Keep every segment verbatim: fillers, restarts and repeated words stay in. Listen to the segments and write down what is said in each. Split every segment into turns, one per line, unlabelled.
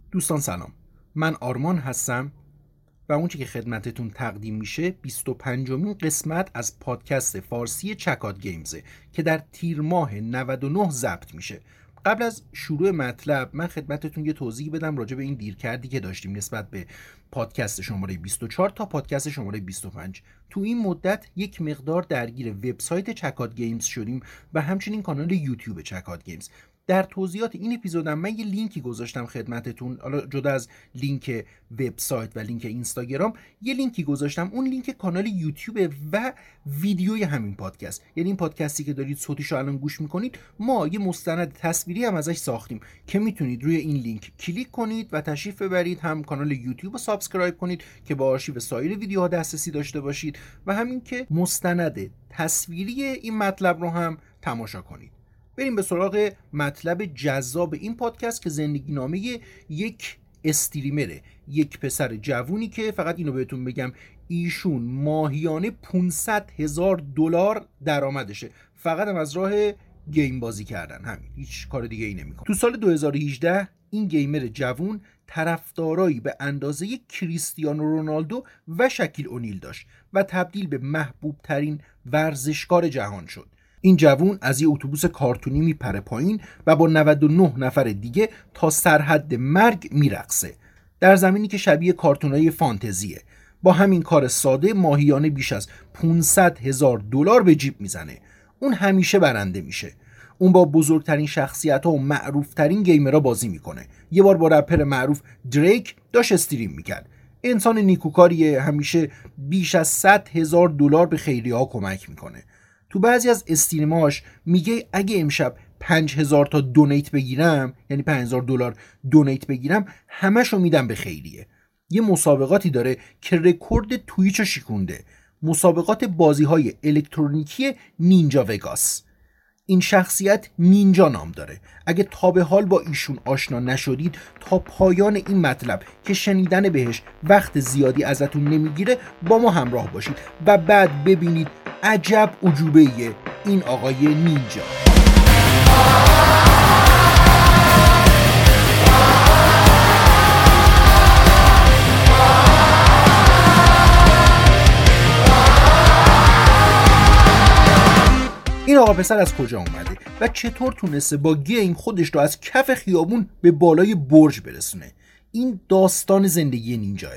دوستان سلام، من آرمان هستم و اونچه که خدمتتون تقدیم میشه بیست و پنجمین قسمت از پادکست فارسی چکاد گیمزه که در تیر ماه نود و نه ضبط میشه. قبل از شروع مطلب من خدمتتون یه توضیح بدم راجع به این دیرکردی که داشتیم نسبت به پادکست شماره بیست و چهار تا پادکست شماره بیست و پنج. تو این مدت یک مقدار درگیر وبسایت چکاد گیمز شدیم و همچنین کانال یوتیوب چکاد گیمز. در توضیحات این اپیزودم من یه لینکی گذاشتم خدمتتون، حالا جدا از لینک وبسایت و لینک اینستاگرام یه لینکی گذاشتم، اون لینک کانال یوتیوب و ویدیوی همین پادکست. یعنی این پادکستی که دارید صوتیشو الان گوش میکنید ما یه مستند تصویری هم ازش ساختیم که میتونید روی این لینک کلیک کنید و تشریف ببرید، هم کانال یوتیوب رو سابسکرایب کنید که با آرشیو سایر ویدیوها دسترسی داشته باشید و همین که مستند تصویری این مطلب رو هم تماشا کنید. بریم به سراغ مطلب جذاب این پادکست که زندگی نامه یک استریمره، یک پسر جوونی که فقط اینو بهتون بگم ایشون ماهیانه پانصد هزار دلار درآمدشه، فقط هم از راه گیم بازی کردن، همین، هیچ کار دیگه ای نمیکنه. تو سال دو هزار و هجده این گیمر جوون طرفدارایی به اندازه کریستیانو رونالدو و شکیل اونیل داشت و تبدیل به محبوب ترین ورزشکار جهان شد. این جوون از یه اتوبوس کارتونی میپره پایین و با نود و نه نفر دیگه تا سرحد مرگ میرقصه در زمینی که شبیه کارتونای فانتزیه. با همین کار ساده ماهیانه بیش از پانصد هزار دلار به جیب میزنه. اون همیشه برنده میشه. اون با بزرگترین شخصیت‌ها و معروفترین گیمرها بازی میکنه. یه بار با رپر معروف دریک داشت استریم میکرد. انسان نیکوکاریه، همیشه بیش از صد هزار دلار به خیریه‌ها کمک میکنه. تو بعضی از استریماش میگه اگه امشب پنج هزار تا دونیت بگیرم، یعنی پنج هزار دلار دونیت بگیرم، همشو میدم به خیریه. یه مسابقاتی داره که رکورد توییچو شکونده، مسابقات بازی‌های الکترونیکی نینجا وگاس. این شخصیت نینجا نام داره. اگه تا به حال با ایشون آشنا نشدید، تا پایان این مطلب که شنیدن بهش وقت زیادی ازتون نمیگیره با ما همراه باشید و بعد ببینید عجب عجوبه‌ایه این آقای نینجا. این آقا پسر از کجا اومده و چطور تونسته با گیم خودش رو از کف خیابون به بالای برج برسونه؟ این داستان زندگی نینجاه.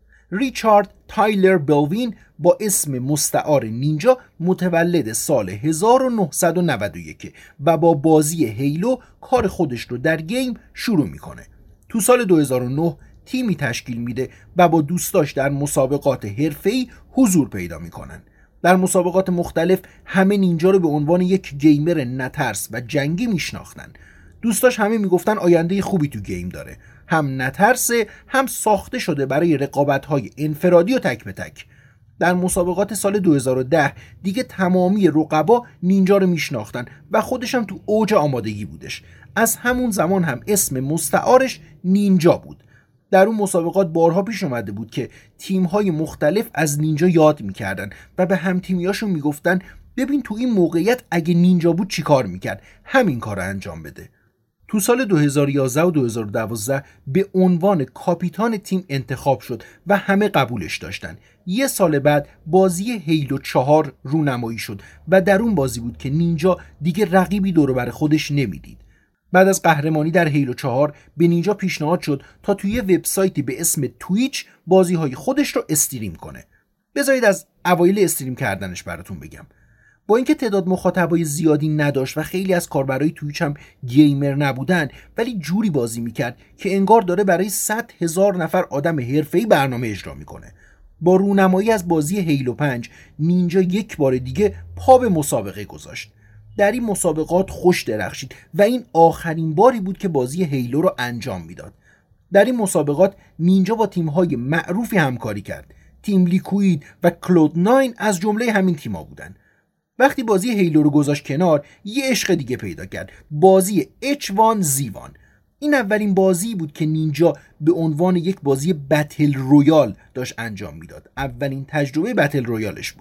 ریچارد تایلر بلوین با اسم مستعار نینجا متولد سال هزار و نهصد و نود و یک و با بازی هیلو کار خودش رو در گیم شروع میکنه. تو سال دو هزار و نه تیمی تشکیل میده و با دوستاش در مسابقات حرفه‌ای حضور پیدا میکنن. در مسابقات مختلف همه نینجا رو به عنوان یک گیمر نترس و جنگی میشناختن. دوستاش همه میگفتن آینده خوبی تو گیم داره، هم نترسه هم ساخته شده برای رقابت‌های انفرادی و تک به تک. در مسابقات سال دو هزار و ده دیگه تمامی رقبا نینجا رو میشناختن و خودش هم تو اوج آمادگی بودش. از همون زمان هم اسم مستعارش نینجا بود. در اون مسابقات بارها پیش اومده بود که تیم‌های مختلف از نینجا یاد میکردن و به همتیمیاشون میگفتن ببین تو این موقعیت اگه نینجا بود چی کار میکرد، همین کار رو انجام بده. تو سال دو هزار و یازده و دو هزار و دوازده به عنوان کاپیتان تیم انتخاب شد و همه قبولش داشتن. یه سال بعد بازی هیلو چهار رونمایی شد و در اون بازی بود که نینجا دیگه رقیبی دور و بر خودش نمیدید. بعد از قهرمانی در هیلو چهار به نینجا پیشنهاد شد تا توی وبسایتی به اسم تویچ بازی‌های خودش رو استریم کنه. بذارید از اوایل استریم کردنش براتون بگم. با اینکه تعداد مخاطبای زیادی نداشت و خیلی از کاربرای تویچ هم گیمر نبودن، ولی جوری بازی میکرد که انگار داره برای صد هزار نفر آدم حرفه‌ای برنامه اجرا میکنه. با رونمایی از بازی هیلو پنج نینجا یک بار دیگه پا به مسابقه گذاشت. در این مسابقات خوش درخشید و این آخرین باری بود که بازی هیلو رو انجام میداد. در این مسابقات نینجا با تیم‌های معروفی همکاری کرد. تیم لیکوید و کلود ناین از جمله همین تیم‌ها بودن. وقتی بازی هیلو رو گذاشت کنار، یه عشق دیگه پیدا کرد، بازی اچ وان زی وان. این اولین بازی بود که نینجا به عنوان یک بازی بتل رویال داشت انجام میداد. اولین تجربه بتل رویالش بود.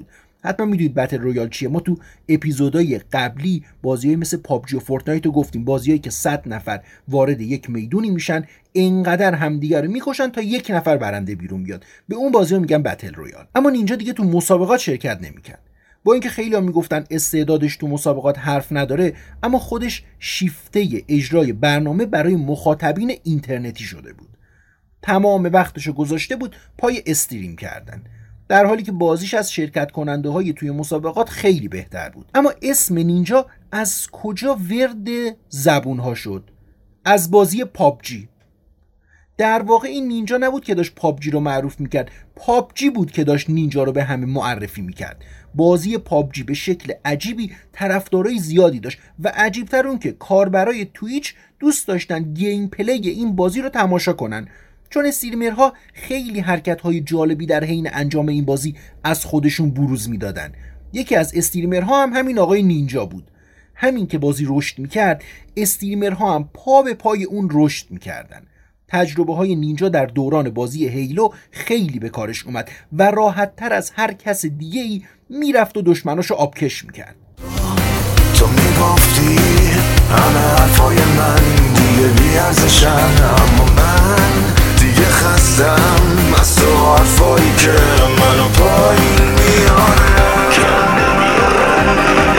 حتما میدونید بتل رویال چیه. ما تو اپیزودهای قبلی بازیایی مثل پابجی و فورتنایت رو گفتیم، بازیایی که صد نفر وارد یک میدونی میشن، اینقدر همدیگه رو میکشن تا یک نفر برنده بیرون بیاد. به اون بازی‌ها میگن بتل رویال. اما نینجا دیگه تو مسابقات شرکت نمیکرد. با اینکه خیلی‌ها میگفتن استعدادش تو مسابقات حرف نداره، اما خودش شیفته اجرای برنامه برای مخاطبین اینترنتی شده بود. تمام وقتشو گذاشته بود پای استریم کردن، در حالی که بازیش از شرکت کننده های توی مسابقات خیلی بهتر بود. اما اسم نینجا از کجا ورد زبون ها شد؟ از بازی پابجی. در واقع این نینجا نبود که داشت پابجی رو معروف میکرد، پابجی بود که داشت نینجا رو به همه معرفی میکرد. بازی پابجی به شکل عجیبی طرفدارای زیادی داشت و عجیبتر اون که کاربرای توییچ دوست داشتن گیم پلی این بازی رو تماشا کنن، چون استریمرها خیلی حرکت‌های جالبی در حین انجام این بازی از خودشون بروز میدادن. یکی از استریمرها هم همین آقای نینجا بود. همین که بازی رشد میکرد، استریمرها هم پا به پای اون رشد میکردن. تجربه های نینجا در دوران بازی هیلو خیلی به کارش اومد و راحت تر از هر کس دیگه ای میرفت و دشمناشو آبکش میکرد.
تو میگفتی همه حرفای من دیگه بیارزشن، اما من دیگه خستم از تو حرفایی که منو پایین میاره. کم نمیارم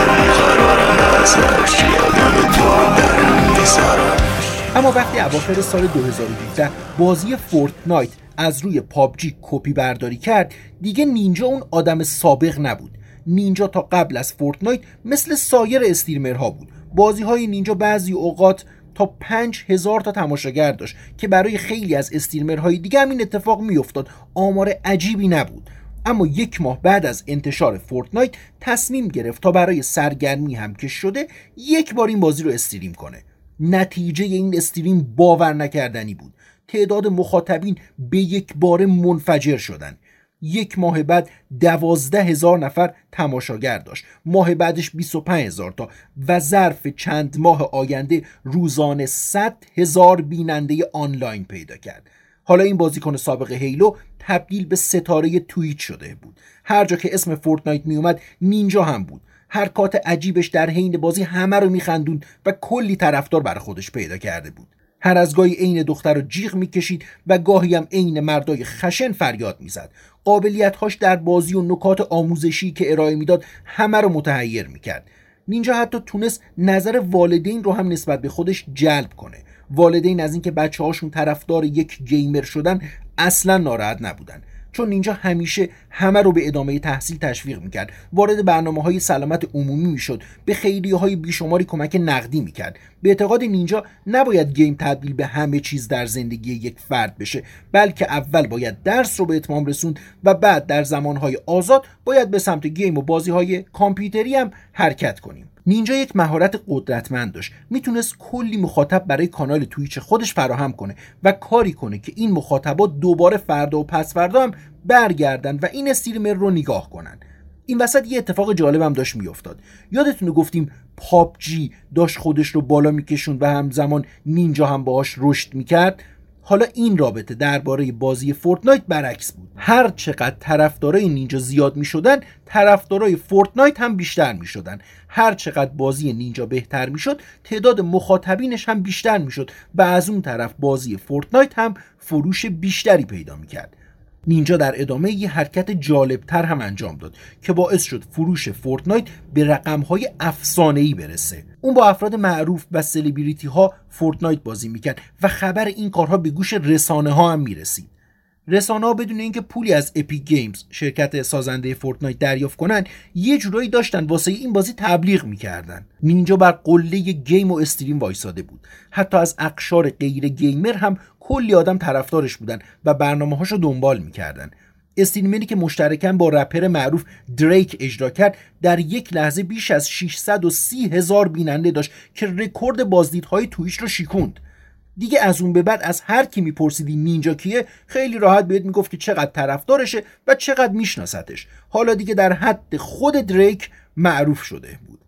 قرارم از هرچی آدم تو درم میذارم.
اما وقتی اواخر سال دو هزار و هفده بازی فورتنایت از روی پابجی کپی برداری کرد، دیگه نینجا اون آدم سابق نبود. نینجا تا قبل از فورتنایت مثل سایر استریمرها بود. بازی های نینجا بعضی اوقات تا پنج هزار تا تماشاگر داشت که برای خیلی از استریمرهای دیگه هم این اتفاق میافتاد. آمار عجیبی نبود. اما یک ماه بعد از انتشار فورتنایت تصمیم گرفت تا برای سرگرمی هم که شده یک بار این بازی رو استریم کنه. نتیجه این استریم باور نکردنی بود. تعداد مخاطبین به یک بار منفجر شدن. یک ماه بعد دوازده هزار نفر تماشاگر داشت، ماه بعدش بیست و پنج هزار تا و ظرف چند ماه آینده روزانه صد هزار بیننده آنلاین پیدا کرد. حالا این بازیکن سابق هیلو تبدیل به ستاره توییچ شده بود. هر جا که اسم فورتنایت می اومد نینجا هم بود. حرکات عجیبش در حین بازی همه رو میخندون و کلی طرفدار برای خودش پیدا کرده بود. هر از گاهی عین دختر رو جیغ میکشید و گاهی هم عین مردای خشن فریاد میزد. قابلیت‌هاش در بازی و نکات آموزشی که ارائه میداد همه رو متحیر میکرد. نینجا حتی تونست نظر والدین رو هم نسبت به خودش جلب کنه. والدین از اینکه بچه‌هاشون طرفدار یک گیمر شدن اصلا ناراحت نبودن، چون نینجا همیشه همه رو به ادامه تحصیل تشویق میکرد. وارد برنامه‌های سلامت عمومی میشد، به خیریه‌های بیشماری کمک نقدی میکرد. به اعتقاد نینجا نباید گیم تبدیل به همه چیز در زندگی یک فرد بشه، بلکه اول باید درس رو به اتمام رسوند و بعد در زمانهای آزاد باید به سمت گیم و بازی‌های کامپیوتری هم حرکت کنیم. نینجا یک مهارت قدرتمند داشت. میتونست کلی مخاطب برای کانال توییچ خودش فراهم کنه و کاری کنه که این مخاطبا دوباره فردا و پس فردا هم برگردن و این استریمر رو نگاه کنن. این وسط یه اتفاق جالب هم داشت میافتاد. یادتونه گفتیم پابجی داشت خودش رو بالا میکشوند و همزمان نینجا هم باهاش رشد میکرد؟ حالا این رابطه درباره بازی فورتنایت برعکس بود. هر چقدر طرفدارای نینجا زیاد میشدن، طرفدارای فورتنایت هم بیشتر میشدن. هر چقدر بازی نینجا بهتر میشد، تعداد مخاطبینش هم بیشتر میشد و از اون طرف بازی فورتنایت هم فروش بیشتری پیدا میکرد. نینجا در ادامه یه حرکت جالبتر هم انجام داد که باعث شد فروش فورتنایت به رقم‌های افسانه‌ای برسه. اون با افراد معروف و سلبریتی ها فورتنایت بازی میکرد و خبر این کارها به گوش رسانه ها هم میرسید. رسانه ها بدون اینکه پولی از اپیک گیمز شرکت سازنده فورتنایت دریافت کنن، یه جورایی داشتن واسه این بازی تبلیغ میکردن. نینجا بر قله گیم و استریم وایساده بود. حتی از اقشار غیر گیمر هم کلی آدم طرفدارش بودن و برنامه‌هاشو دنبال میکردن. استریمری که مشترکاً با رپر معروف دریک اجرا کرد در یک لحظه بیش از ششصد و سی هزار بیننده داشت که رکورد بازدیدهای توییچ رو شکوند. دیگه از اون به بعد از هر کی میپرسیدی نینجا کیه، خیلی راحت بهت میگفت که چقدر طرفدارشه و چقدر میشناستش. حالا دیگه در حد خود دریک معروف شده بود.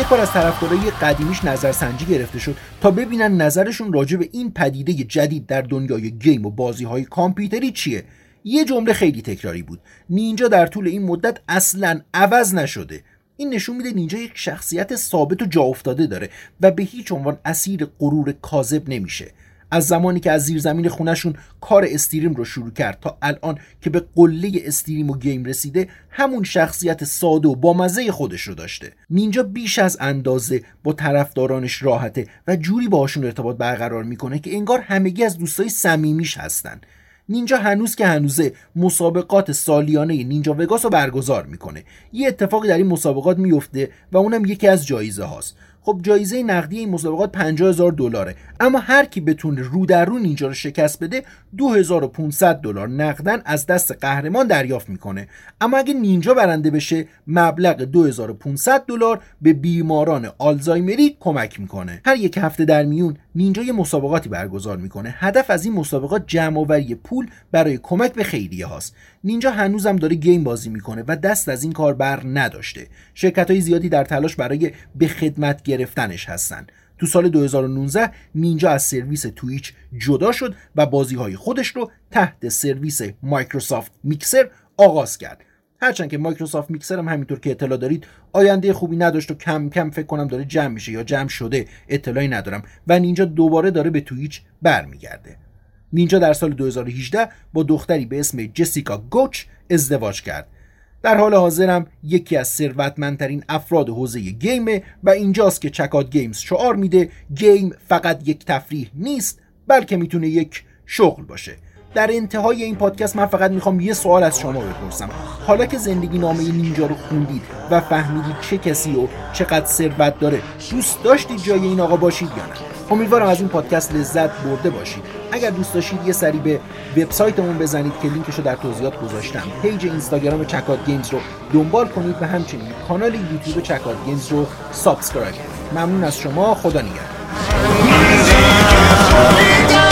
یک بار از طرفدارای قدیمیش نظرسنجی گرفته شد تا ببینن نظرشون راجع به این پدیده جدید در دنیای گیم و بازی‌های کامپیوتری چیه. یه جمله خیلی تکراری بود: نینجا در طول این مدت اصلاً عوض نشده. این نشون میده نینجا یک شخصیت ثابت و جا افتاده داره و به هیچ عنوان اسیر غرور کاذب نمیشه. از زمانی که از زیر زمین خونشون کار استریم رو شروع کرد تا الان که به قله استریم و گیم رسیده، همون شخصیت ساده و بامزه خودش رو داشته. نینجا بیش از اندازه با طرفدارانش راحته و جوری باهاشون ارتباط برقرار میکنه که انگار همگی از دوستای صمیمیش هستن. نینجا هنوز که هنوزه مسابقات سالیانه نینجا وگاس رو برگزار میکنه. یه اتفاقی در این مسابقات میفته و اونم یکی از جایزه هاست. خب جایزه نقدی این مسابقات پنجاه هزار دلاره، اما هر کی بتونه رو در رو نینجا رو شکست بده دو هزار و پانصد دلار نقدن از دست قهرمان دریافت میکنه. اما اگه نینجا برنده بشه مبلغ دو هزار و پانصد دلار به بیماران آلزایمری کمک میکنه. هر یک هفته در میون نینجا یه مسابقاتی برگزار میکنه. هدف از این مسابقات جمع آوری پول برای کمک به خیریه هاست. نینجا هنوزم داره گیم بازی میکنه و دست از این کار بر نداشته. شرکت‌های زیادی در تلاش برای به خدمت گرفتنش هستن. تو سال دو هزار و نوزده نینجا از سرویس تویچ جدا شد و بازی‌های خودش رو تحت سرویس مایکروسافت میکسر آغاز کرد. هرچند که مایکروسافت میکسر هم همینطور که اطلاع دارید آینده خوبی نداشت و کم کم فکر کنم داره جمع میشه یا جمع شده، اطلاعی ندارم، و نینجا دوباره داره به تویچ برمیگرده. نینجا در سال دو هزار و هجده با دختری به اسم جسیکا گوچ ازدواج کرد. در حال حاضرم یکی از ثروتمندترین افراد حوزه گیمه و اینجاست که چکاد گیمز شعار میده گیم فقط یک تفریح نیست بلکه میتونه یک شغل باشه. در انتهای این پادکست من فقط میخوام یه سوال از شما بپرسم. حالا که زندگی نامه نینجا رو خوندید و فهمیدید چه کسی و چقدر ثروت داره، دوست داشتید جای این آقا باشید یا نه؟ امیدوارم از این پادکست لذت برده باشید. اگر دوست داشتید یه سری به وبسایتمون بزنید که لینکشو در توضیحات گذاشتم. پیج اینستاگرام چکاد گیمز رو دنبال کنید و همچنین کانال یوتیوب چکاد گیمز رو سابسکرایب کنید. ممنون از شما. خدا نگهدار.